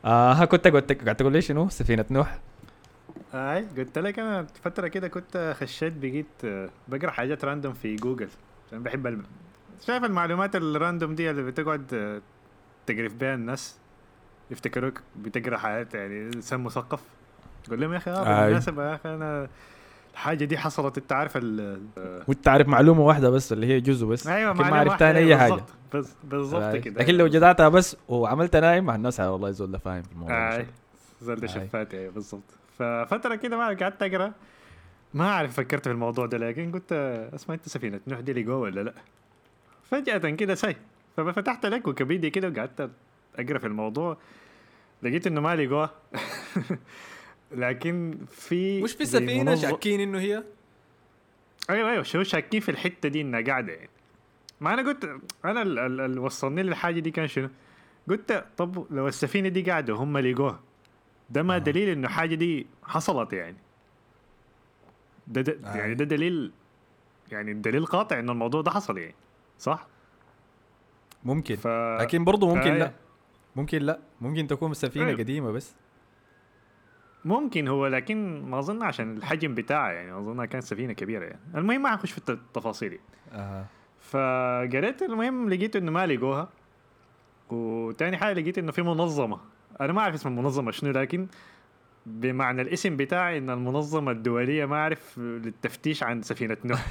ها كنت قاعد تقول لي شنو سفينة نوح؟ قلت لك انا فتره كده كنت خشيت بقيت بقرا حاجات راندوم في جوجل عشان بحب شايف المعلومات الراندوم دي اللي بتقعد تقرف بها الناس يفتكروك بتقرا حاجات يعني انسان مثقف. تقول لهم يا اخي بالمناسبه يا اخي انا الحاجه دي حصلت. انت عارف وانت عارف معلومة واحدة بس اللي هي جزء بس. ايوه لكن ما معلومه عرفتها واحده اي حاجة. بالضبط كده. لكن لو جدعتها بس وعملتها نايم مع الناس والله زول ده فاهم في الموضوع. زلت شفاتي ايوه بالضبط. ففتره كده ما قعدت اقرا ما اعرف فكرت في الموضوع ده لكن قلت اسمع انت سفينه نوح دي لقوه ولا لا. فجاه كده ففتحت لك ويكيبيديا كده وقعدت اقرا في الموضوع لقيت انه ما لقوه. لكن مش في سفينة شاكين انه هي. ايوه شو شاكين في الحته دي انها قاعده يعني. ما انا قلت انا اللي وصلني للحاجه دي كان شنو. قلت طب لو السفينه دي قاعده وهم لقوها ده ما دليل انه حاجه دي حصلت يعني. يعني ده دليل يعني الدليل قاطع ان الموضوع ده حصل يعني صح ممكن لكن برضو ممكن لا ممكن تكون سفينة قديمة بس ممكن هو لكن ما اظن عشان الحجم بتاعه يعني اظنها كانت سفينة كبيرة يعني. المهم ما هخش في التفاصيل فقريت المهم لقيت انه ما لقوها. وتاني حاجة لقيت انه في منظمة انا ما اعرف اسم المنظمة شنو لكن بمعنى الاسم بتاعي ان المنظمة الدولية ما اعرف للتفتيش عن سفينة نوح.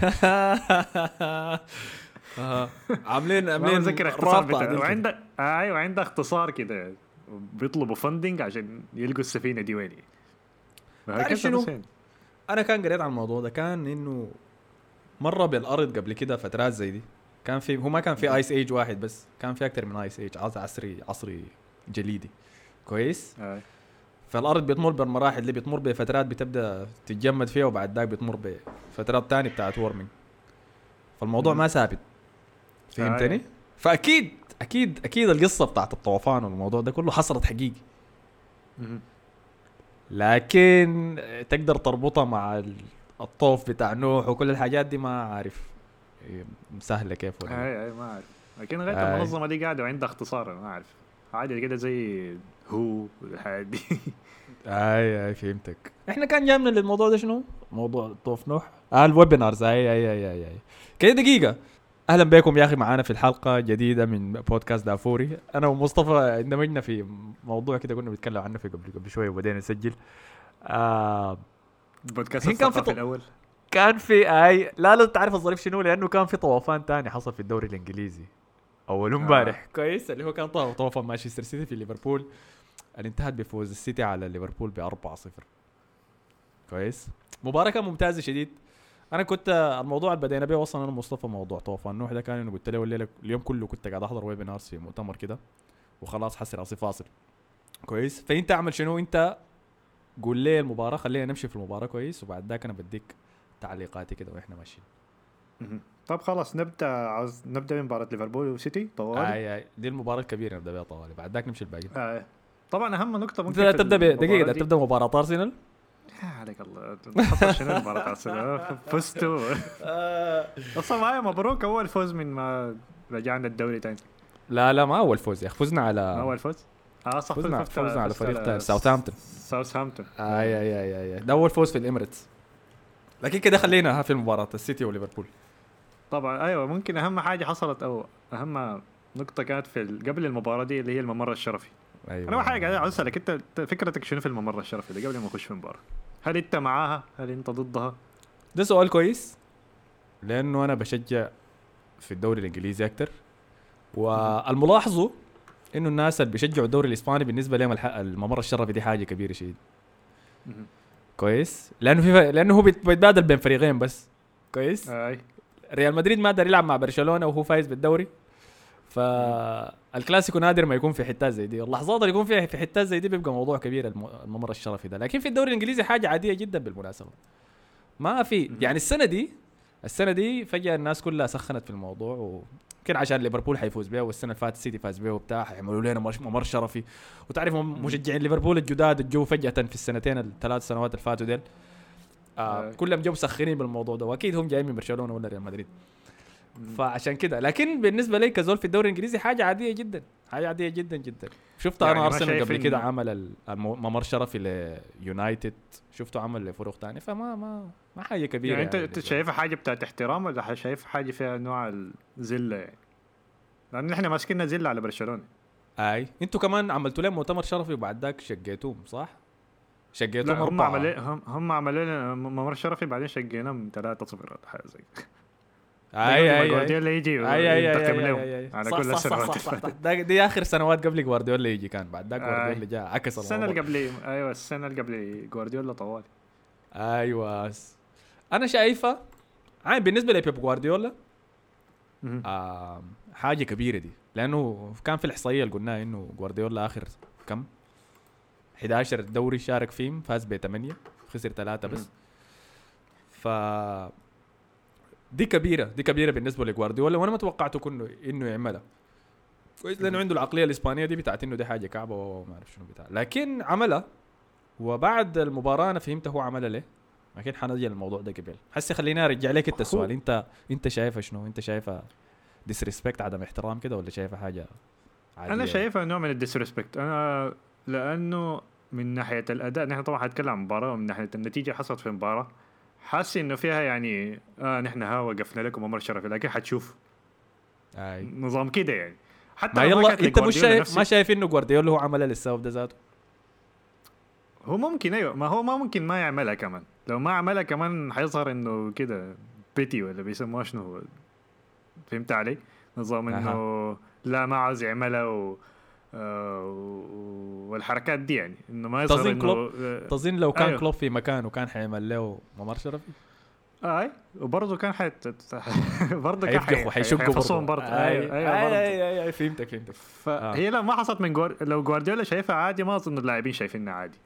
عاملين ذكر اختصار بتاعه وعندك ايوه عندها اختصار كده بيطلبوا فندنج عشان يلقوا السفينة دي وين. تعرف شنو انا كان قريت عن الموضوع ده كان انه مرة بالارض قبل كده فترات زي دي كان في هو ما كان في ايس ايج واحد بس كان في اكتر من ايس ايج عصري جليدي كويس. فالارض بتمر بالمراحل اللي بتمر بفترات بتبدا تتجمد فيها وبعد ذاك بتمر بفترات تانية بتاعت وورمينج. فالموضوع ما ثابت فهمتني. فاكيد القصه بتاعت الطوفان والموضوع ده كله حصلت حقيقي لكن تقدر تربطها مع الطوف بتاع نوح وكل الحاجات دي ما عارف سهله كيف ولا ما عارف. لكن غير المنظمه دي قاعده وعندها اختصار ما اعرف عادي كده زي هو الحاجات دي. اي فهمتك. احنا كان جامنا للموضوع ده شنو موضوع طوف نوح الويبينارز اي كده دقيقه. اهلا بكم يا اخي معانا في الحلقه جديده من بودكاست دافوري. انا ومصطفى اندمجنا في موضوع كده كنا بنتكلم عنه في قبل شويه وبدينا نسجل بودكاست كان في الاول كان في اي لا تعرف الظريف شنو لانه كان في طوفان تاني حصل في الدوري الانجليزي اول امبارح كويس اللي هو كان طوفان مانشستر سيتي في ليفربول اللي انتهت بفوز السيتي على ليفربول ب4-0 كويس. مباراه ممتازه شديد. انا كنت الموضوع اللي بدينا بيه وصلنا انا مصطفى موضوع طوفان نوح ده كان انه قلت له الليله اليوم كله كنت قاعد احضر ويبينارز في مؤتمر كده وخلاص حسي راسي فاصل كويس. فانت اعمل شنو انت قول لي المباراه خلينا نمشي في المباراه كويس وبعد ذاك انا بديك تعليقاتي كده واحنا ماشيين. طب خلاص نبدا بمباراه ليفربول وسيتي طوالي. دي المباراه الكبيره نبدا بيها طوالي بعد ذاك نمشي الباقي. طبعا اهم نقطه ممكن تبدا دقيقه تبدا مباراه ارسنال. عليك الله حصل شنو مباراه ارسنال فزتوا اصلا معايا مبروك اول فوز من ما رجعنا الدوري تاني. لا ما اول فوز يا اخي فزنا على اول فوز صح فزنا على فريق ساوثهامبتون اي ده اول فوز في الاميريتس. لكن كده خلينا في المباراه السيتي وليفربول. طبعا ايوه ممكن اهم حاجه حصلت او اهم نقطه كانت في قبل المباراه دي اللي هي الممر الشرفي. أيوة. انا حاجه قاعد اسالك انت فكرتك شنو في الممر الشرفي ده قبل ما نخش في المباراه. هل انت معاها هل انت ضدها؟ ده سؤال كويس لانه انا بشجع في الدوري الانجليزي اكتر والملاحظه انه الناس اللي بيشجعوا الدوري الاسباني بالنسبه لهم الممر الشرفي دي حاجه كبيره شديد كويس لانه هو بيتبادل بين فريقين بس كويس. ريال مدريد ما قدر يلعب مع برشلونه وهو فايز بالدوري فالكلاسيكو نادر ما يكون في حتات زي دي. اللحظات اللي يكون فيها في حتات زي دي بيبقى موضوع كبير الممر الشرفي ده. لكن في الدوري الانجليزي حاجه عاديه جدا بالمناسبه ما في يعني السنه دي فجاه الناس كلها سخنت في الموضوع وكان عشان ليفربول حيفوز بيه والسنه اللي فاتت السيتي فاز بيه وبتاع حيعملوا لنا ممر شرفي. وتعرف مشجعين ليفربول الجداد الجو فجاه في السنتين الثلاث سنوات اللي فاتوا ديل كلهم جو سخنين بالموضوع ده واكيد هم جايين من برشلونه ولا ريال مدريد. فعشان كده لكن بالنسبه لي كزول في الدوري الانجليزي حاجه عاديه جدا، حاجه عاديه جدا جدا. شفت يعني انا ارسنال قبل كده عمل ممر شرفي ليونايتد، شفته عمل لفرق ثانيه، فما ما حاجه كبيره يعني انت شايفها حاجه بتاعت احترام ولا شايف حاجه فيها نوع الذله يعني؟ لان احنا ماسكين ذله على برشلونه. اي انتوا كمان عملتوا لهم مؤتمر شرفي وبعد ذاك شقيتوهم صح؟ شقيتوهم هم عملوا لنا ممر شرفي بعدين شقيناهم 3-0 ولا حاجه زي كده. اي جوارديولا يجي ينتقم لهم على كل السنوات. دي اخر سنوات قبل جوارديولا يجي، كان بعد ذاك جوارديولا جاء عكس السنه اللي قبل السنه اللي قبل جوارديولا طوال. ايوه انا شايفه عين بالنسبه لبيب جوارديولا حاجه كبيره دي، لانه كان في الاحصائيه اللي قلناها انه جوارديولا اخر كم 11 دوري شارك فيهم فاز ب8 خسر 3 بس. ف دي كبيره بالنسبه لجوارديولا، وانا ما توقعته انه يعملها كويس، لانه عنده العقليه الاسبانيه دي بتاعت انه دي حاجه كعبه وما اعرف شنو بتاع، لكن عملها. وبعد المباراه انا فهمت هو عملها ليه، لكن حنجي للموضوع ده قبل. حسي خليني ارجع لك انت السؤال، انت شايفه شنو؟ انت شايفه ديسريسبكت، عدم احترام كده، ولا شايفه حاجه عادية؟ انا شايفها نوع من الديسريسبكت، انا لانه من ناحيه الاداء نحن طبعا حنتكلم عن مباراه، ومن ناحيه النتيجه حصلت في المباراه حاسس انه فيها يعني نحن وقفنا لكم ممر شرفي، لكن حتشوف نظام كده يعني. حتى ما يلا انت مش شايف، ما شايف انه جوارديولا هو عملها للسبب ده ذاته؟ هو ممكن ايوه، ما هو ما ممكن ما يعملها كمان، لو ما عملها كمان حيظهر انه كده بيتي ولا بيسموها شنو، فهمت علي؟ نظام انه لا ما عاوز يعملها والحركات دي يعني، انه ما يظهر انه تظن لو كان كلوب في مكانه كان حيعمل له ممر شرفي؟ وبرضه كان برضه كان حيفصون برضه. اي فهمتك. فهي لا ما حصلت من لو جوارديولا شايفها عادي، ما اظن اللاعبين شايفينها عادي.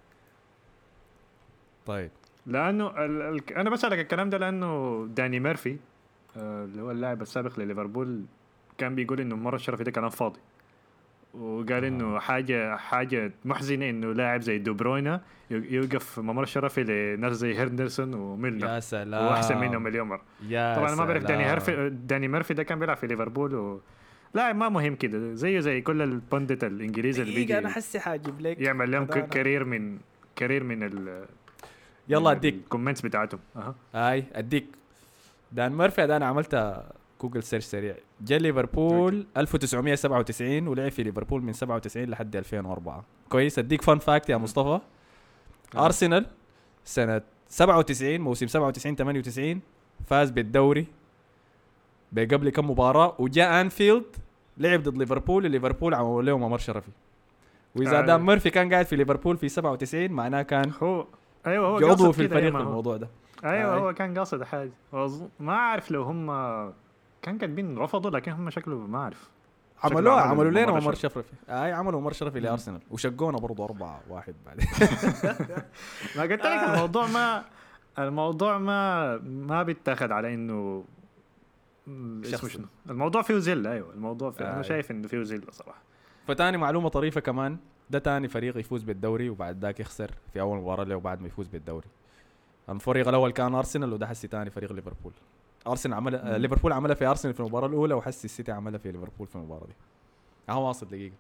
طيب لانه انا بسألك الكلام ده لانه داني ميرفي اللي هو اللاعب السابق لليفربول كان بيقول انه الممر الشرفي ده كلام فاضي، وقال انه حاجه محزنه انه لاعب زي دو بروينا يوقف ممر شرفي لناس زي هيرندرسون وميلنر، يا سلام، واحسن منهم مليون مره. طبعا ما بعرف داني ميرفي ده كان بيلعب في ليفربول لاعب ما مهم كده، زي كل البندت الانجليزي اللي بيجي انا حسي حاجيب لك يعمل لهم كارير من يلا اديك الكومنتس بتاعتهم. اديك دان ميرفي ده انا عملت جوجل سيرش سريع، جاء ليفربول 1997 ولعب في ليفربول من 97 لحد 2004. كويس. اديك فان فاكت يا مصطفى، ارسنال سنه 97 موسم 97 فاز بالدوري بقبل كم مباراه، وجاء انفيلد لعب ضد ليفربول عملوا له ممر شرفي. واذا دان ميرفي كان قاعد في ليفربول في 97 معناه كان هو هو عضو في الفريق في الموضوع ده. هو كان قاصد حاجه، ما اعرف لو هم كان كاتبين رفضوا، لكن هم شكله ما اعرف عملوا لنا ممر شرفي. عملوا ممر شرفي لارسنال وشقونا برضو 4-1 بعد. ما قلت لك الموضوع ما بيتاخد على انه اسمه شنو، الموضوع فيه زله. الموضوع انا شايف انه فيه زله صراحه. فتاني معلومه طريفه كمان، ده تاني فريق يفوز بالدوري وبعد ذاك يخسر في اول مباراه له بعد ما يفوز بالدوري. الفريق الاول كان ارسنال، وده حسي تاني فريق ليفربول. ارسنال ليفربول عملها في ارسنال في المباراه الاولى، وحسي السيتي عملها في ليفربول في المباراه دي. واصل دقيقه.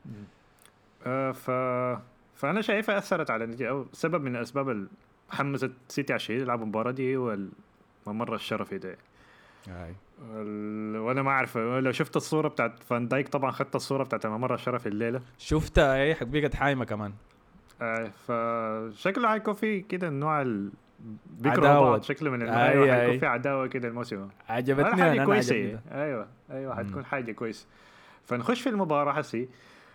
فانا شايفها اثرت على النتيجه، او سبب من الاسباب اللي حمست سيتي على الشيء يلعبوا المباراه دي هو الممر الشرفي ده. وانا ما اعرف لو شفت الصوره بتاعت فان دايك، طبعا خدت الصوره بتاعت الممر الشرفي الليله، شفتها حقيقه حايمه كمان. فشكله هيكون في كده النوع بيكرهوا بعض، شكله من هيكون في عداوه كده الموسم. عجبتني انا كويسه. ايوه هتكون حاجه كويسه. فنخش في المباراه حسي.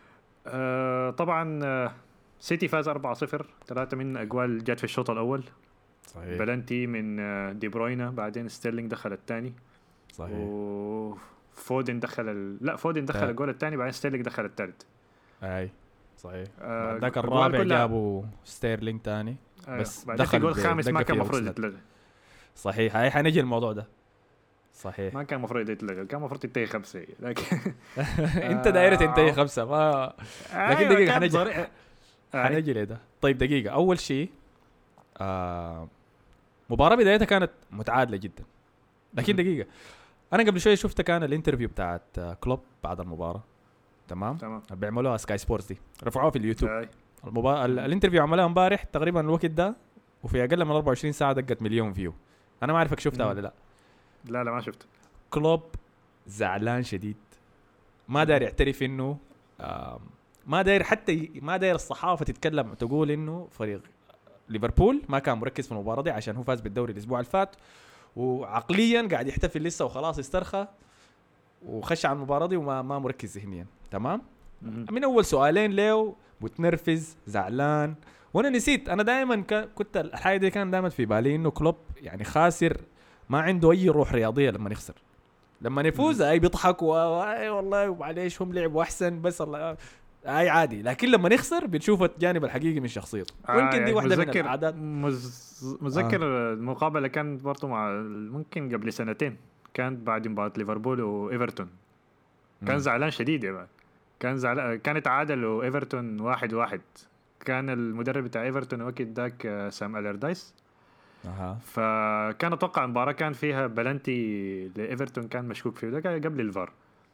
طبعا سيتي فاز 4-0، 3 من اجوال جات في الشوط الاول. صحيح. بلنتي من دي بروينا، بعدين ستيرلينج دخل الثاني. صحيح. وفودن فودن دخل الجول الثاني، بعدين ستيرلينج دخل الثالث. صحيح. بعدك الرابع جابوا ستيرلينج تاني. بس دخل جول خامس ما كان مفروض يتلغى. صحيح. هاي حنجي الموضوع ده. صحيح. ما كان مفروض يتلغى، كان مفروض ينتهي 5 لكن انت دايره تنتهي 5 ما. لكن دقيقه حنجي لده. طيب دقيقه، اول شيء مباراه بدايتها كانت متعادله جدا، لكن دقيقه انا قبل شويه شفت كان الانترفيو بتاعت كلوب بعد المباراه. تمام بيعملوها سكاي سبورتس دي رفعوها في اليوتيوب. الانترفيو عملها امبارح تقريبا الوقت ده وفي اقل من 24 ساعه دقت مليون فيو. انا ما اعرفك شفتها ولا لا. لا ما شفت. كلوب زعلان شديد ما داير يعترف انه ما داير الصحافه تتكلم تقول انه فريق ليفربول ما كان مركز في المباراه دي عشان هو فاز بالدوري الاسبوع اللي فات وعقليا قاعد يحتفل لسه وخلاص استرخى وخش على المباراه دي وما مركز ذهنيا. تمام. من اول سؤالين له متنرفز زعلان. وانا نسيت انا دائما كنت الحاجه دي كان دائما في بالي انه كلوب يعني خاسر ما عنده اي روح رياضيه. لما يخسر لما يفوز اي بيضحك والله ومعليش هم لعبوا احسن بس الله اي عادي. لكن لما نخسر بنشوف الجانب الحقيقي من شخصيته. ويمكن دي واحده من العادات. متذكر المقابله كانت برضه مع ممكن قبل سنتين كانت بعد مباراه ليفربول وايفرتون. كان زعلان شديد يعني. كان زعلان. كانت تعادل ايفرتون 1-1. كان المدرب بتاع ايفرتون وقت ذاك سام ألردايس. فكان اتوقع المباراه كان فيها بلنتي لايفرتون كان مشكوك فيه ده قبل الفار.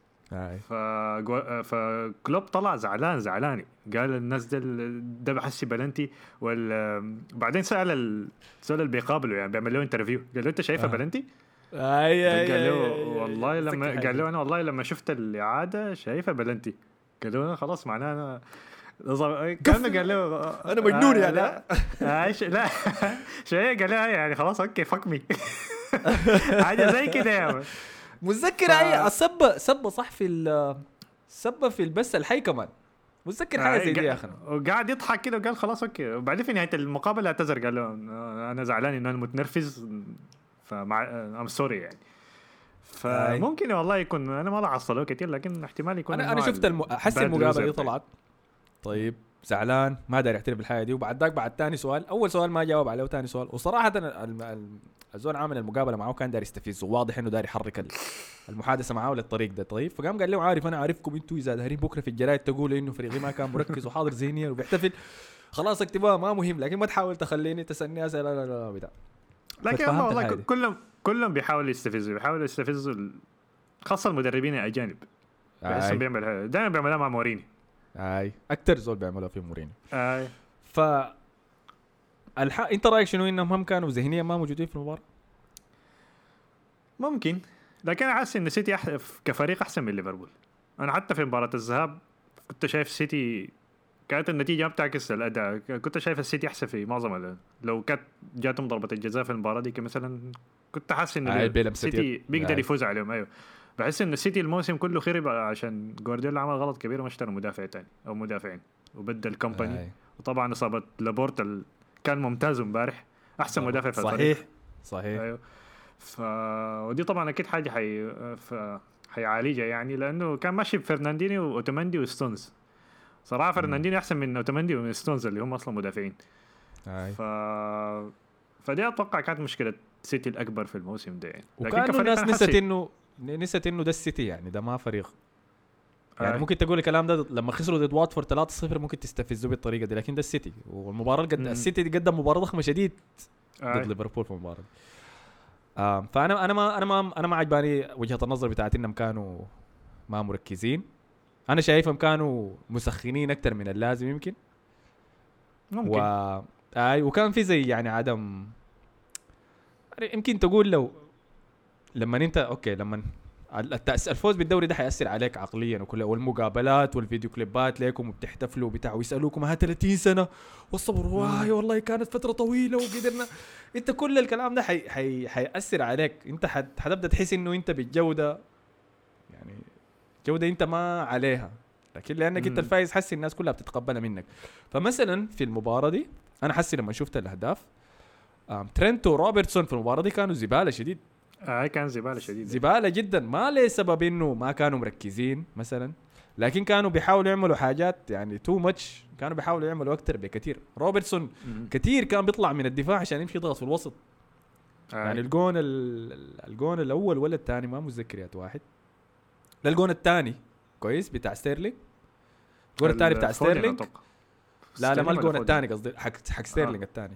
فكلوب طلع زعلان قال الناس ده بحسي بلنتي. وبعدين سأل اللي بيقابله يعني بيعمل له انترفيو قال له انت شايفه بلنتي؟ قال له والله لما قال له انا والله لما شفت الإعادة شايفه بلنتي. قال له خلاص معناه انا كان قال له انا مجنون يعني. لا شيء قال له يعني خلاص اوكي فك مي حاجه زي كده يا متذكر اي سب صح في في البث الحي كمان. متذكر حاجه زي دي يا اخي. وقاعد يضحك كده وقال خلاص اوكي. وبعدين في نهايه المقابله اعتذر قال له انا زعلان ان انا متنرفز فمع ام سوري يعني. فممكن والله يكون انا ما عصلوه كتير لكن احتمال يكون انا شفت حس المقابله دي طلعت طيب زعلان ما داري يعترف بالحاجه دي. وبعد ذاك بعد ثاني سؤال اول سؤال ما جاوب عليه وثاني سؤال وصراحه الزول عامل المقابله معه كان داري يستفزه واضح انه داري يحرك المحادثه معه للطريق ده. طيب فقام قال له عارف انا عارفكم انتوا اذا دارين بكره في الجرايد تقولوا انه فريقي ما كان مركز وحاضر ذهنيا وبيحتفل خلاص اكتبوها ما مهم لكن ما تحاول تخليني تسالني اسئله لا بتاع. لكن والله كلهم بيحاولوا يستفزوا خاصه المدربين الاجانب. بحسهم بيعمل دائما بيعملها مع موريني. اكتر زول بيعملها في مورينيو. انت رايك شنو انهم هم كانوا ذهنيا ما موجودين في المباراه؟ ممكن لكن انا حاسس ان سيتي كفريق احسن من ليفربول. انا حتى في مباراه الذهاب كنت شايف سيتي كانت النتيجه بتعكس الاداء. كنت شايف السيتي احسن في معظم لو كانت جاتهم ضربه الجزاء في المباراه دي مثلا كنت حاسس ان السيتي بيقدر يفوز عليهم. ايوه بحس ان السيتي الموسم كله خرب عشان جوارديولا عمل غلط كبير وما اشترى مدافع تاني او مدافعين وبدل كومباني. وطبعا اصابه لابورتا كان ممتاز امبارح احسن مدافع في الفريق. صحيح ايوه. ودي طبعا اكيد حاجه حيعالجها يعني لانه كان ماشي بفرناندينيو واوتوماندي وستونز. صراحه فرناندينيو احسن من اوتوماندي وستونز اللي هم اصلا مدافعين. فدي اتوقع كانت مشكله سيتي الاكبر في الموسم ده يعني. لكن الناس نسيت انه ده السيتي يعني ده ما فريق يعني. ممكن تقول الكلام ده لما خسروا ضد واتفورد 3-0 ممكن تستفزوا بالطريقه دي لكن ده السيتي والمباراه السيتي قدم مباراه ضخمه شديد ضد ليفربول في المباراه. فانا انا ما عجباني وجهه النظر بتاعت انهم كانوا ما مركزين. انا شايفهم كانوا مسخنين اكتر من اللازم يمكن. وكان في زي يعني عدم يمكن تقول لما انت اوكي لما الفوز بالدوري ده حيأثر عليك عقليا وكله والمقابلات والفيديو كليبات ليكم وبتحتفلوا وبتاع ويسألوكم ها 30 سنة والصبر واي والله كانت فترة طويلة وقدرنا. انت كل الكلام ده حيأثر عليك. انت حتبدأ تحس انه انت بالجودة يعني جودة انت ما عليها لكن لانك انت الفايز حسي الناس كلها بتتقبلها منك. فمثلا في المباراة دي انا حسي لما شفت الاهداف ترينت وروبرتسون في المباراة دي كانوا زبالة شديد. كان زبالة جدا ما ليه سبب انه ما كانوا مركزين مثلا لكن كانوا بيحاولوا يعملوا حاجات يعني تو ماتش. كانوا بيحاولوا يعملوا اكتر بكثير. روبرتسون كثير كان بيطلع من الدفاع عشان يمشي يضغط في الوسط. يعني الجون الاول ولا الثاني ما متذكر يا واحد. لا الجون الثاني كويس بتاع ستيرلينج. الجون الثاني بتاع ستيرلينج لا ما الجون الثاني قصدي حق ستيرلينج الثاني.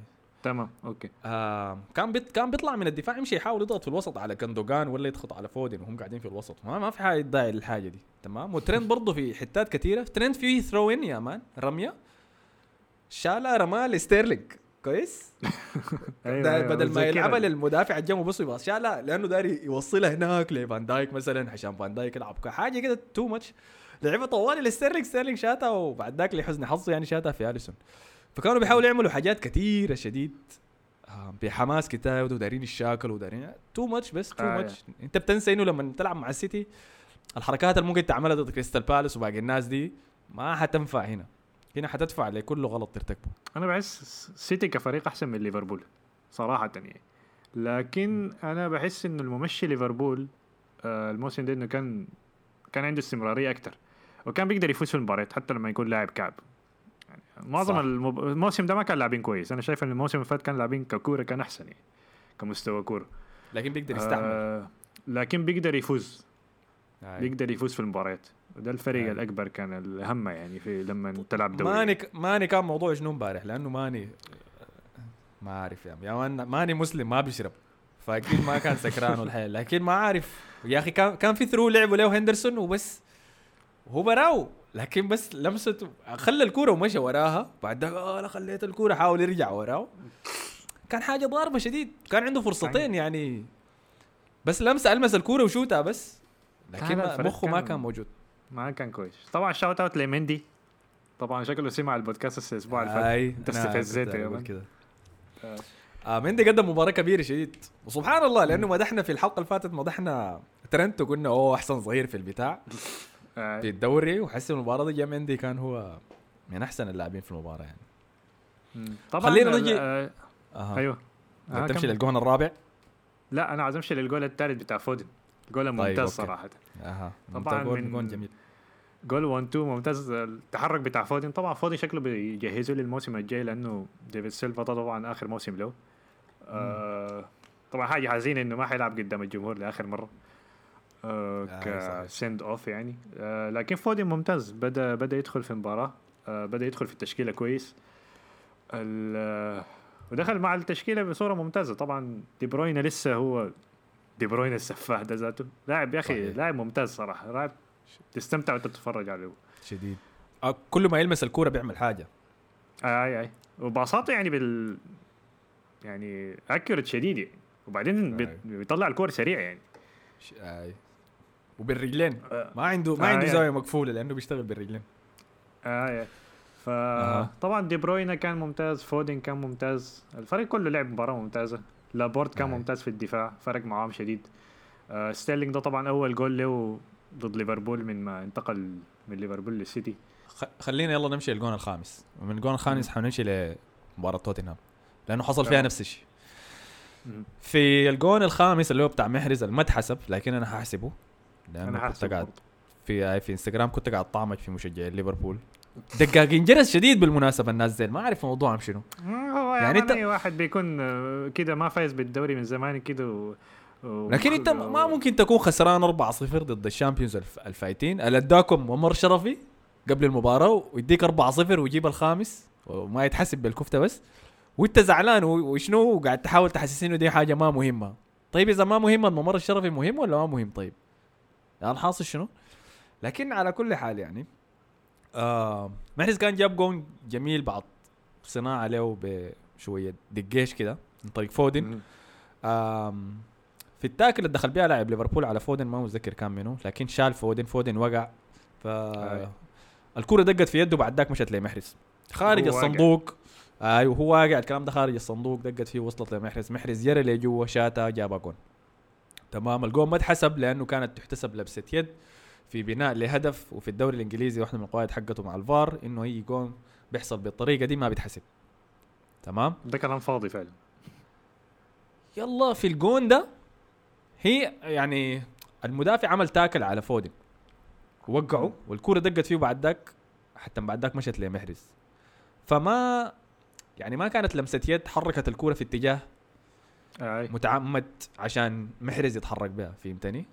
تمام اوكي. كان بيطلع من الدفاع يمشي يحاول يضغط في الوسط على كندوغان ولا يضغط على فودن وهم قاعدين في الوسط. ما في حاجه داعي للحاجه دي. تمام. وترند برضه في حتات كثيره. ترند فيه ثرو ان يا مان رميه شاله رمال ستيرلينج كويس. أيوة بدل ما يلعبها للمدافع الجنب بس يباص شاله لانه داري يوصلها هناك لفان دايك مثلا عشان فان دايك يلعب حاجه كده تو ماتش. لعبه طوالي لستيرلينج. ستيرلينج شاتها وبعد ذاك لحسن حظه يعني شاتها في اليسون. فكانوا بيحاولوا يعملوا حاجات كثيره شديد بحماس كتاي ودارين الشاكل ودارين تو ماتش بس تو ماتش. انت بتنسى انه لما تلعب مع السيتي الحركات اللي ممكن تعملها ضد كريستال بالاس وباقي الناس دي ما حتنفع هنا حتدفع لكل غلط ترتكبه. انا بحس سيتي كفريق احسن من ليفربول صراحه يعني. لكن انا بحس انه الممشي ليفربول الموسم ده انه كان عنده استمراريه اكتر وكان بيقدر يفوز في المباريات حتى لما يكون لاعب كعب. يعني معظم الموسم ده ما كان لاعبين كويس. انا شايف ان الموسم اللي فات كان لاعبين ككوره كان احسن يعني كمستوى كوره. لكن بيقدر يستعمل لكن بيقدر يفوز بيقدر يفوز في المباريات. وده الفريق الأكبر كان الأهم يعني في لما تلعب دوري. ماني كان موضوع شنو امبارح لأنه ماني ما عارف يا ماني مسلم ما بيشرب فأكيد ما كان سكران والحيل. لكن ما عارف يا أخي كان في ثرو لعبوا له هندرسون وبس هو براو لكن بس لمسته خلى الكورة ومشى وراها بعد لا خليت الكورة حاول يرجع وراه. كان حاجة ضاربة شديد. كان عنده فرصتين يعني بس ألمس الكورة وشوتها بس لكن مخه ما كان موجود. ما كان كويس. طبعا شاوت اوت لمندي طبعا شكله سمع البودكاست الاسبوع اللي فات. انت استفزيته يا كده. مندي قدم مباراة كبيرة شديد وسبحان الله لانه مدحنا في الحلقة اللي فاتت مدحنا ترنت وقلنا اوه احسن ظهير في البتاع في الدوري وحس المباراة دي مندي كان هو من احسن اللاعبين في المباراة يعني. طبعا خلينا نجي ايوه تمشي للجون الرابع. لا انا عايز امشي للجول الثالث بتاع فودن. جول ممتاز صراحه. طبعا جول جميل. جول 1-2 ممتاز. التحرك بتاع فودن طبعا فودن شكله بيجهزه للموسم الجاي لانه ديفيد سيلفا طبعا اخر موسم له. طبعا حاجه حزينه انه ما حيلعب قدام الجمهور لاخر مره كسند اوف يعني. لكن فودن ممتاز. بدا يدخل في المباراه. بدا يدخل في التشكيله كويس. ودخل مع التشكيله بصوره ممتازه. طبعا دي بروين لسه هو دي بروين السفاح ده ذاته لاعب يا اخي لاعب ممتاز صراحه. لاعب تستمتع وانت تتفرج عليه شديد. كل ما يلمس الكوره بيعمل حاجه. اي وبساطه يعني يعني اكيوريت شديد يعني. وبعدين بيطلع الكوره سريع يعني. وبالرجلين ما عنده زاويه مقفوله لانه بيشتغل بالرجلين. فطبعا دي بروين كان ممتاز. فودن كان ممتاز. الفريق كله لعب مباراه ممتازه. لابورت كان ممتاز في الدفاع فرق معاهم شديد. ستيرلينج ده طبعا اول جول له ضد ليفربول من ما انتقل من ليفربول للسيتي. خلينا يلا نمشي للجون الخامس. ومن الجون الخامس حنمشي لمباراة توتنهام لانه حصل فيها نفس الشيء. في الجون الخامس اللي هو بتاع محرز اللي ما اتحسب لكن انا هحسبه لانه كنت قاعد في انستغرام كنت قاعد طامج في مشجعين ليفربول دقاقين جرس شديد بالمناسبه الناس زين ما اعرف موضوعهم شنو. هو يعني انت اي واحد بيكون كده ما فايز بالدوري من زمان كده لكن انت ما ممكن تكون خسران 4-0 ضد الشامبيونز الفايتين اللي اداكم عمر شرفي قبل المباراه ويديك 4-0 ويجيب الخامس وما يتحسب بالكفته بس وانت زعلان وشنو وقاعد تحاول تحسسني انه دي حاجه ما مهمه. طيب اذا ما مهمه الممر الشرفي مهم ولا ما مهم؟ طيب يعني الحاصل شنو. لكن على كل حال يعني محرز كان جاب جون جميل بعد صناعه له بشويه دقيش كده من طريق فودن. في التاكل اللي دخل بيها لاعب ليفربول على فودن ما متذكر كان منه لكن شال فودن وقع. الكرة دقت في يده بعد ذاك مشت لمحرز خارج الصندوق. ايوه هو واقع الكلام ده خارج الصندوق دقت فيه وصلت محرز يرى اللي جوا شاتا جابها جون. تمام. الجون ما اتحسب لانه كانت تحتسب لبسه يد في بناء لهدف. وفي الدوري الانجليزي واحده من القواعد حقته مع الفار انه اي جون بيحصل بالطريقه دي ما بيتحسب. تمام. ده كلام فاضي فعلا. يلا في الجون ده هي يعني المدافع عمل تاكل على فودن ووقعه والكرة دقت فيه بعد ذاك حتى بعد ذاك مشت لمحرز. فما يعني ما كانت لمسة يد حركت الكرة في اتجاه متعمد عشان محرز يتحرك بها. فهمتني؟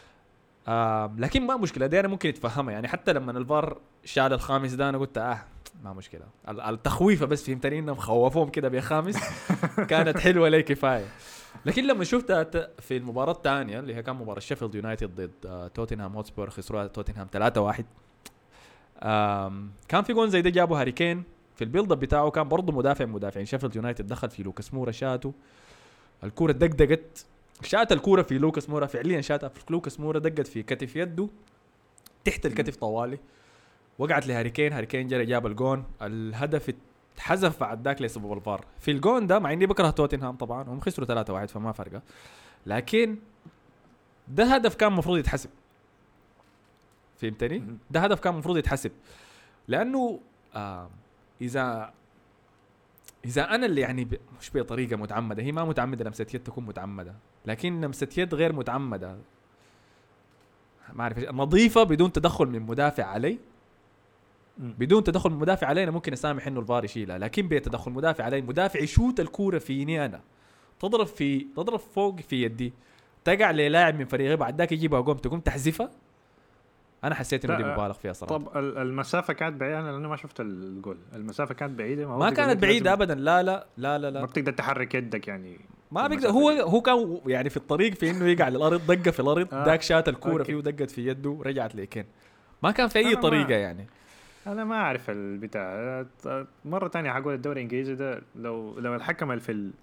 مم. لكن ما مشكلة دي أنا ممكن يتفهمها يعني. حتى لما الفار شال الخامس ده أنا قلت ما مشكله. التخويفه بس فهمتني انهم خوفوهم كده بخامس كانت حلوه لي كفايه. لكن لما شفتها في المباراه الثانيه اللي هي كان مباراه شيفيلد يونايتد ضد توتنهام هوتسبور، خسروها توتنهام 3-1. كان في جون زي ده جابوا هاري كين في البيلد اب بتاعه، كان برضه مدافعين شيفيلد يونايتد دخل في لوكاس مورا شاته الكوره دقدقت، شات الكوره في لوكاس مورا، فعليا شاتها في لوكاس مورا، دقت في كتف يده تحت الكتف طوالي، وقعت لهاري كين. هاري كين جرى جاب الجون. الهدف اتحذف بعد ذاك لسبب الفار في الجون ده، مع اني بكره توتنهام طبعا هم خسروا 3-1 فما فرقه، لكن ده هدف كان مفروض يتحسب. فهمتني؟ ده هدف كان مفروض يتحسب، لانه اذا انا اللي يعني مش بطريقه متعمده، هي ما متعمده لمسه يد تكون متعمده، لكن لمسه يد غير متعمده ما اعرف نظيفه بدون تدخل من مدافع علي، بدون تدخل من مدافع علينا ممكن اسامح انه الفار يشيلها، لكن بيتدخل مدافع علي، مدافع يشوت الكوره فيني انا، تضرب فوق في يدي، تقع للاعب من فريقي بعد ذاك يجيبها قوم تقوم تحذفها. انا حسيت انه دي مبالغ فيها صراحه. طب المسافه كانت بعيده؟ انا لانه ما شفت الجول. المسافه كانت بعيده؟ ما كانت بعيده ابدا. لا ما بتقدر تحرك يدك يعني، ما بيقدر. هو كان يعني في الطريق في انه يقع على الارض، دقه في الارض داك شات الكوره فيه ودقت في يده رجعت ليكين، ما كان في اي طريقه يعني. انا ما اعرف البتاع. مره تانية حقول الدوري الانجليزي ده لو الحكم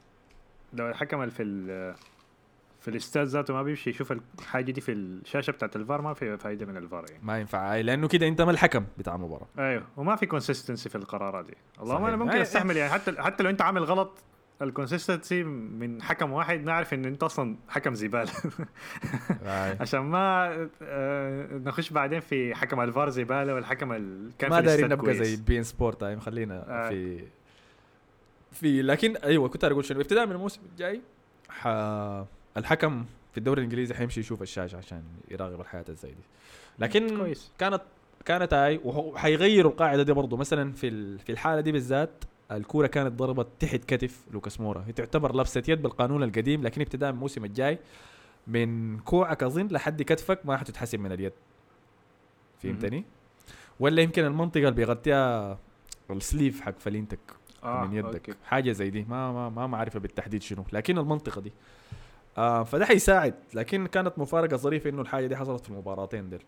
في الاستاد ذاته ما بيمشي يشوف الحاجه دي في الشاشه بتاعت الفار، ما في فايده من الفار يعني. ما ينفع لانه كده انت ما الحكم بتاع المباراه. ايوه، وما في كونسيستنسي في القرارات دي. اللهم انا ممكن استحمل يعني حتى لو انت عامل غلط، الكونسيستنسي من حكم واحد نعرف ان انت اصلا حكم زباله عشان ما نخش بعدين في حكم الفار زباله والحكم كان ما داري نبقى زي بين سبورت. خلينا في لكن ايوه كنت اقول شنو ابتداء من الموسم الجاي الحكم في الدوري الانجليزي حيمشي يشوف الشاشه عشان يراقب الحياه زي دي، لكن كويس. كانت هاي وحيغيروا القاعده دي برضو. مثلا في الحاله دي بالذات الكوره كانت ضربت تحت كتف لوكاس مورا، هي تعتبر لبسه يد بالقانون القديم، لكن ابتداء من الموسم الجاي من كوعك اظن لحد كتفك ما حتتحسب من اليد. فهمتني؟ ولا يمكن المنطقه اللي بيغطيها السليف حق فلينتك من يدك أوكي. حاجه زي دي ما معرفه بالتحديد شنو، لكن المنطقه دي فده حيساعد. لكن كانت مفارقه ظريفه انه الحاجه دي حصلت في المباراتين دول.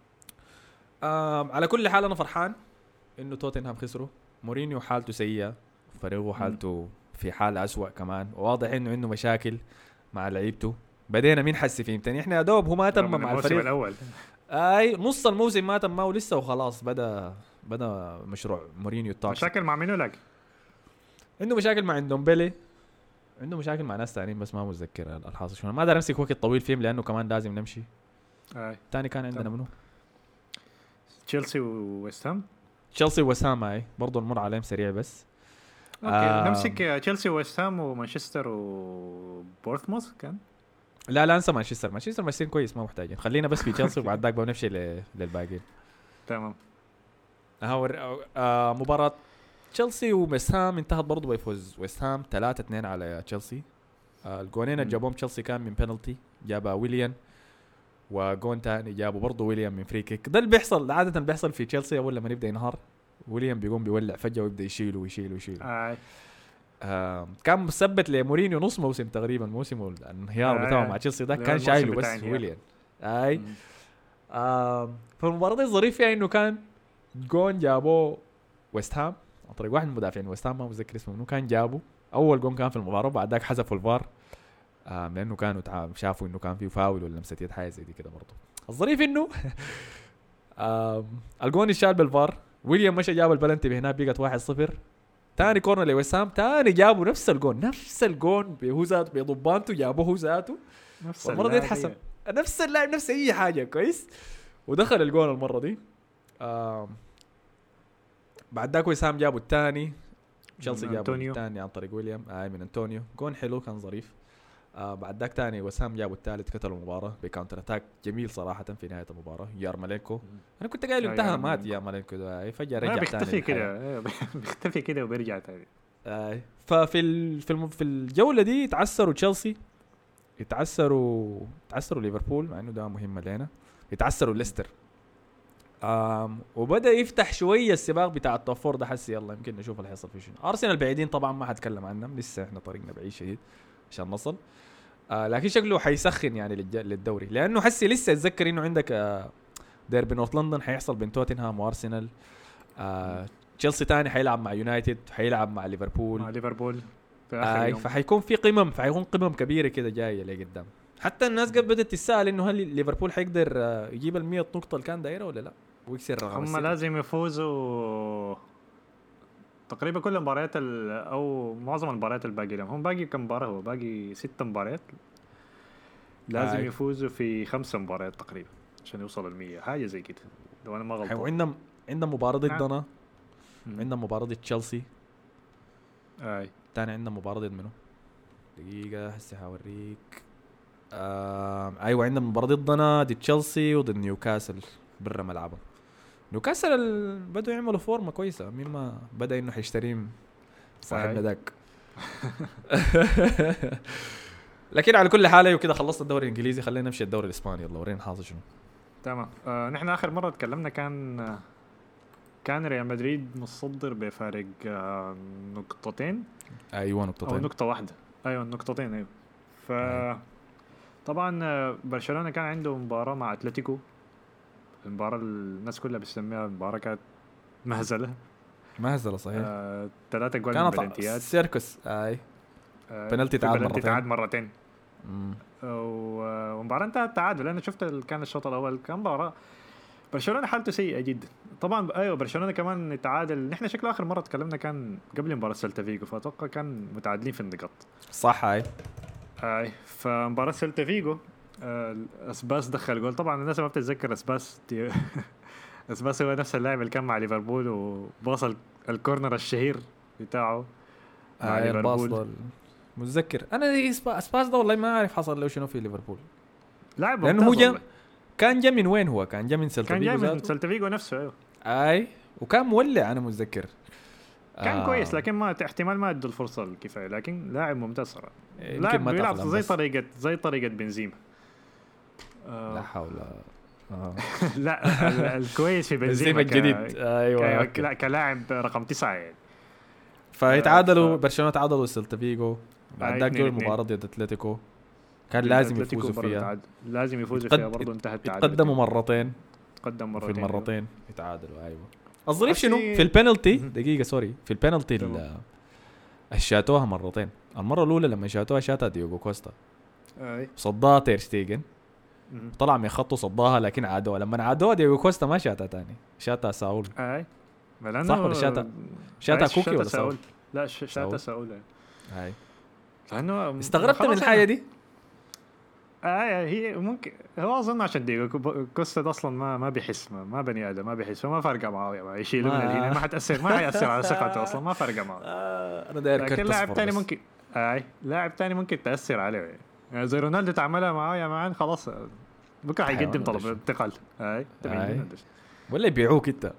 على كل حال انا فرحان انه توتنهام خسروا. مورينيو حالته سيئه، فريقه حالته في حاله أسوأ كمان، واضح انه عنده مشاكل مع لعيبته. بدينا مين حسي فهمتني، احنا يا دوب هو ما تم مع الفريق الاول نص الموسم ما تم ولسه وخلاص بدا مشروع مورينيو الطاقة. مشاكل مع منو؟ لك عنده مشاكل مع دومبلي، عنده مشاكل مع ناس ثانيين بس ما متذكر الحاصل شنو. ما اقدر امسك وقت طويل فيهم لانه كمان لازم نمشي. ثاني كان عندنا منو؟ تشيلسي وويست هام هاي برضو المر عليهم سريع بس. اوكي نمسك تشيلسي وويست هام ومانشستر وبورثموث. كان لا انسى مانشستر ماشيين كويس ما محتاجين، خلينا بس في تشيلسي وبعد ذاك بنمشي للباقيين. تمام. مباراة تشيلسي وويست هام انتهت برضو بيفوز ويست هام 3-2 على تشيلسي. الجونين اللي جابوهم تشيلسي كان من بينالتي جابها ويليان، وجون تاني جابوا برضو ويليام من فري كيك. ده اللي بيحصل عادة بيحصل في تشيلسي أول لما نبدأ ينهار، ويليام بيقوم بيولع فجأة ويبدأ يشيل كان مثبت لمورينيو نص موسم تقريبا، موسم الانهيار بتاعه مع تشيلسي ده كان شايله بس ويليام. فالمباراة دي ظريف فيها انه كان جون جابوه ويست هام عن طريق واحد من مدافعين ويست هام ما متذكر اسمه منو، كان جابه اول جون كان في المباراة، بعد ذاك حذفوا الفار لانه كانوا شافوا انه كان فيه فاول ولا لمسه يد حاجه زي دي كده. برضه الظريف انه الجون الشال بالفار، ويليام مشى جاب البلنتي هناك بقت 1-0. ثاني كورنر لوسام ثاني جابوا نفس الجون هو ذاته بضبانته جابوه هو ذاته المره دي اتحسب نفس اللاعب نفس اي حاجه كويس ودخل الجون المره دي. بعد ذاك وسام جابوا الثاني، تشيلسي جابوا الثاني عن طريق ويليام من انطونيو، جون حلو كان ظريف. بعد ذاك تاني وسام جابوا الثالث كتلوا المباراة بكاونتر اتاك جميل صراحة في نهاية المباراة. يارمالينكو انا كنت قايل انتهى مات يارمالينكو ده فجأة رجع تاني بيختفي كده وبيرجع تاني. ففي الجولة دي تعثروا تشيلسي، تعثروا ليفربول مع انه ده مهم لنا، يتعثروا ليستر وبدا يفتح شويه السباق بتاع التوب فور ده. حسي يلا يمكن نشوف اللي هيحصل فيه شنو. ارسنال بعيدين طبعا ما حتكلم عنهم لسه، احنا طريقنا بعيد شديد عشان نصل. لكن شكله حيسخن يعني للدوري، لانه حسي لسه اتذكر انه عندك ديربي نورث لندن حيحصل بين توتنهام وارسنال. تشيلسي تاني حيلعب مع يونايتد، حيلعب مع ليفربول في اخر يوم. فحيكون في حيكون قمم كبيره كده جايه لقدام. حتى الناس قد بدات تسال انه هل ليفربول حيقدر يجيب ال100 نقطه اللي كان دايره ولا لا، ويكسر رقم هم لازم يفوزوا تقريبا كل المباريات او معظم المباريات الباقي لهم. هم باقي كم مباراه؟ هو باقي 6 مباريات، لازم يفوزوا في 5 مباريات تقريبا عشان يوصل ال100 حاجه زي كده لو انا ما غلطان. عندنا مباراه ضدنا، عندنا مباراه ضد تشيلسي. تاني عندنا مباراه ضد منو؟ دقيقه هسه هوريك. ايوه عندنا مباراه ضدنا ضد تشيلسي وضد نيوكاسل برا ملعبهم. نيوكاسل بدوا يعملوا فورمه كويسه، مين ما بدا انه حيشتريهم صاحبنا داك. لكن على كل حال وكده خلصت الدوري الانجليزي، خلينا نمشي الدوري الاسباني. يلا ورينا حاصل شنو. تمام. نحن اخر مره تكلمنا كان ريال مدريد متصدر بفارق نقطتين. ايوه نقطتين او نقطه واحده. ايوه نقطتين. ايوه ف طبعا برشلونه كان عنده مباراه مع اتلتيكو. المباراه الناس كلها بتسميها مباراه كانت مهزله صحيح. 3 جوال من بلنتيات سيركس. بنالتي تعاد مرتين. ومباراة انتهت تعادل. انا شفت كان الشوط الاول كان مباراة برشلونة حالته سيئة جدا طبعا. ايوه برشلونة كمان تعادل. نحن شكله اخر مرة تكلمنا كان قبل مباراة سيلتا فيجو، فاتوقع كان متعادلين في النقاط صح. فمباراة سيلتا فيجو اسباس دخل جول. طبعا الناس ما بتتذكر اسباس اسباس هو نفس اللاعب اللي كان مع ليفربول وباص الكورنر الشهير بتاعه مع ليفربول. متذكر انا اسباس ده والله ما اعرف حصل له شنو في ليفربول. لاعب لانه هو كان جا من وين؟ هو كان جا من سيلتا فيجو. كان جا من سيلتا فيجو نفسه. ايوه وكان مولع انا متذكر. كان كويس لكن ما احتمال ما ادوا الفرصه الكفايه، لكن لاعب ممتاز صراحه. لاعب بيلعب زي طريقه بنزيما. لا حول. لا الكويس في بنزيما الجديد. ايوه لا كلاعب رقم 9 يعني. فيتعادلوا برشلونه تعادلوا سيلتا فيجو بعد ذاك المباراه ضد اتلتيكو كان لازم يفوزوا فيها. لازم يفوزوا فيها برضه انتهت تعادل. قدموا مرتين في المرتين يتعادلوا. ايوه الظريف شنو في البنالتي دقيقه سوري في البنالتي شاتوها مرتين. المره الاولى لما شاتها ديوغو كوستا صدها تير شتيجن طلع من خطه صداها، لكن عادوها لما عادوها ديوغو كوستا ما شاتها تاني، شاتها ساول. صح ولا شاتها كوكي ولا ساول؟ لا شاتها ساول. لانه استغربت من الحاجه دي. هي ممكن هو اظن عشان ديجو كوستا اصلا ما بيحس ما بني ادم ما بيحس، فما فرقه معه يعني يشيله من هنا ما حيأثر على ثقته اصلا ما فرقه معه. انا داير لكن لاعب ثاني ممكن لاعب ثاني ممكن تأثر عليه يعني زي رونالدو تعملها معه يا مان خلاص بكره حيقدم طلب انتقال. ولا يبيعوك انت.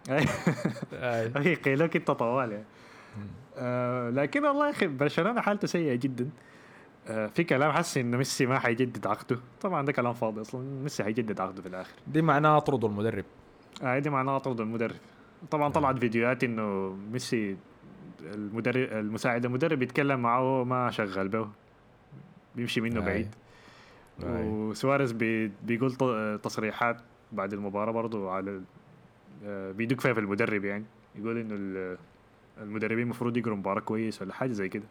هي قيلوك انت طوال يعني. لكن والله يا اخي برشلونه حالته سيئه جدا. في كلام حس انه ميسي ما حيجدد عقده. طبعا ده كلام فاضي اصلا. ميسي حيجدد عقده في الاخر. دي معناها اطردوا المدرب. دي معناها اطردوا المدرب. طبعا طلعت فيديوهات انه ميسي المساعد المدرب يتكلم معه ما شغل به بيمشي منه بعيد. وسواريز بيقول تصريحات بعد المباراة برضو على بيدق فيها في المدرب يعني يقول انه المدربين المفروض يقروا مباراة كويس ولا حاجة زي كده.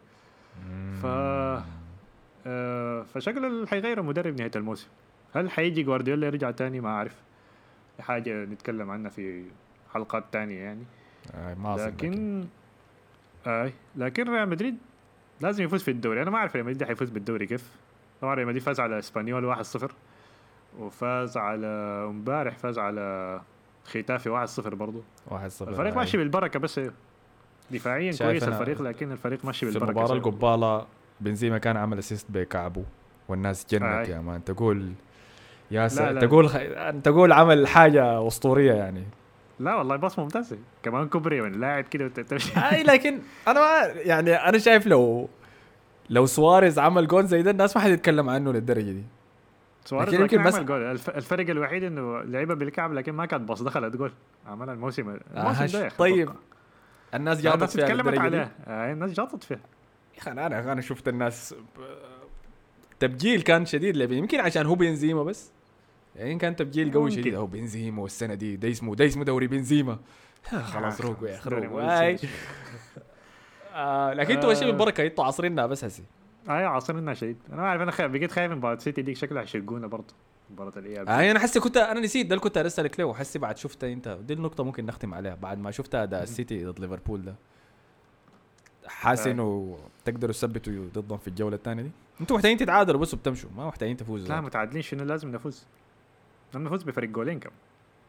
فشكله حيغيروا مدرب نهاية الموسم. هل حيجي جوارديولا يرجع تاني؟ ما أعرف، حاجة نتكلم عنها في حلقات تانية يعني. لكن ريال مدريد لازم يفوز في الدوري. أنا ما أعرف ريال مدريد حيفوز بالدوري كيف. طبعا ريال مدريد فاز على اسبانيول 1-0 وفاز على امبارح فاز على ختافي 1-0 برضو. 1-0 الفريق ماشي بالبركة بس دفاعيا كويس الفريق، لكن الفريق ماشي بالبركة. في المباراة القبالة بنزيما كان عمل اسيست بكعبه والناس جنت يا مان. تقول يا تقول عمل حاجة أسطورية يعني. لا والله باص ممتاز كمان كوبري من لاعب كده لكن أنا يعني أنا شايف لو سواريز عمل جون زي ده الناس ما حد يتكلم عنه للدرجة دي. سواريز لكن عمل جول. الفرق الوحيد انه لعيبه بالكعب لكن ما كانت باص دخلت جول. عمل الموسم ده. طيب الناس جاطت فيها تكلمت عليه. الناس جاطت فيها يا اخي. انا شفت الناس تبجيل كان شديد لبين، يمكن عشان هو بنزيما بس يعني كان تبجيل قوي شديد. هو بنزيما والسنه دي ده اسمه دوري بنزيما. خلاص روقوا يا اخي روقوا. لكن انتوا شيء بالبركه انتوا عصرنا بس هسي. عصرنا شديد. انا ما اعرف انا بقيت خايف من مباراه سيتي ديك شكلها حيشقونا برضه مباراه الاياب. انا حسي انا نسيت ده اللي كنت ارسلك له وحسي بعد شفتها انت دي النقطه ممكن نختم عليها بعد ما شفتها ده السيتي ضد ليفربول ده. حاسس انه تقدروا تثبتوا ضدهم في الجوله الثانيه دي. انتوا محتاجين تتعادلوا بس وبتمشوا ما محتاجين تفوزوا. لا متعادلين شنو لازم نفوز. نفوز بفرق جولين كم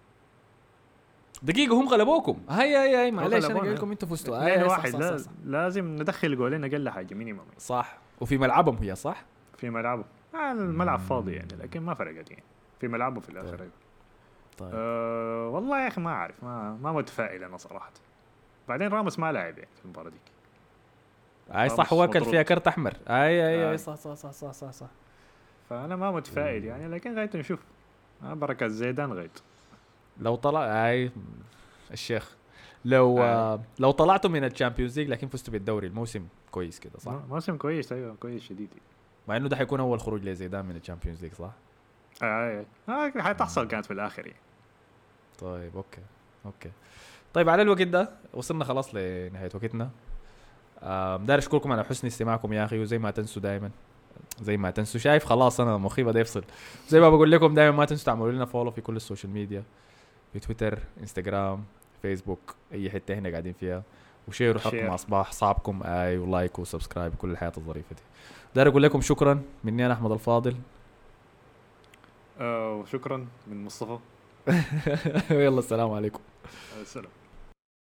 دقيقه هم غلبوكم. هاي معلش انا قايل لكم انتوا فزتوا. هاي واحد لازم ندخل جولين اقل حاجه مينيمم. صح وفي ملعبهم هي صح في ملعبهم. الملعب فاضي يعني لكن ما فرقت يعني في ملعبه في الاخر. طيب. والله يا اخي ما اعرف ما متفائل انا صراحه. بعدين راموس ما لاعب يعني في المباراه دي. صح هو كان فيها كرت احمر. اي صح. فانا ما متفائل يعني لكن غايت نشوف. بركه زيدان غايت لو طلع الشيخ لو طلعتوا من الشامبيونز ليج لكن فزتوا بالدوري الموسم كويس كده صح. موسم كويس. ايوه كويس شديد. مع انه ده حيكون اول خروج لزيدان من الشامبيونز ليج صح. حتحصل كانت في الاخر يعني. طيب اوكي طيب على الوقت ده وصلنا خلاص لنهايه وقتنا. داير اشكركم على حسن استماعكم يا اخي. وزي ما تنسوا دائما شايف خلاص انا مخي بدا يفصل. زي ما بقول لكم دائما ما تنسوا تعملوا لنا فولو في كل السوشيال ميديا في تويتر انستغرام فيسبوك اي حته هنا قاعدين فيها. وشيروا حطوا مع اصحابكم ولايك وسبسكرايب كل الحياه الظريفه دي. داير اقول لكم شكرا مني انا احمد الفاضل. وشكرا من مصطفى. يلا السلام عليكم. السلام.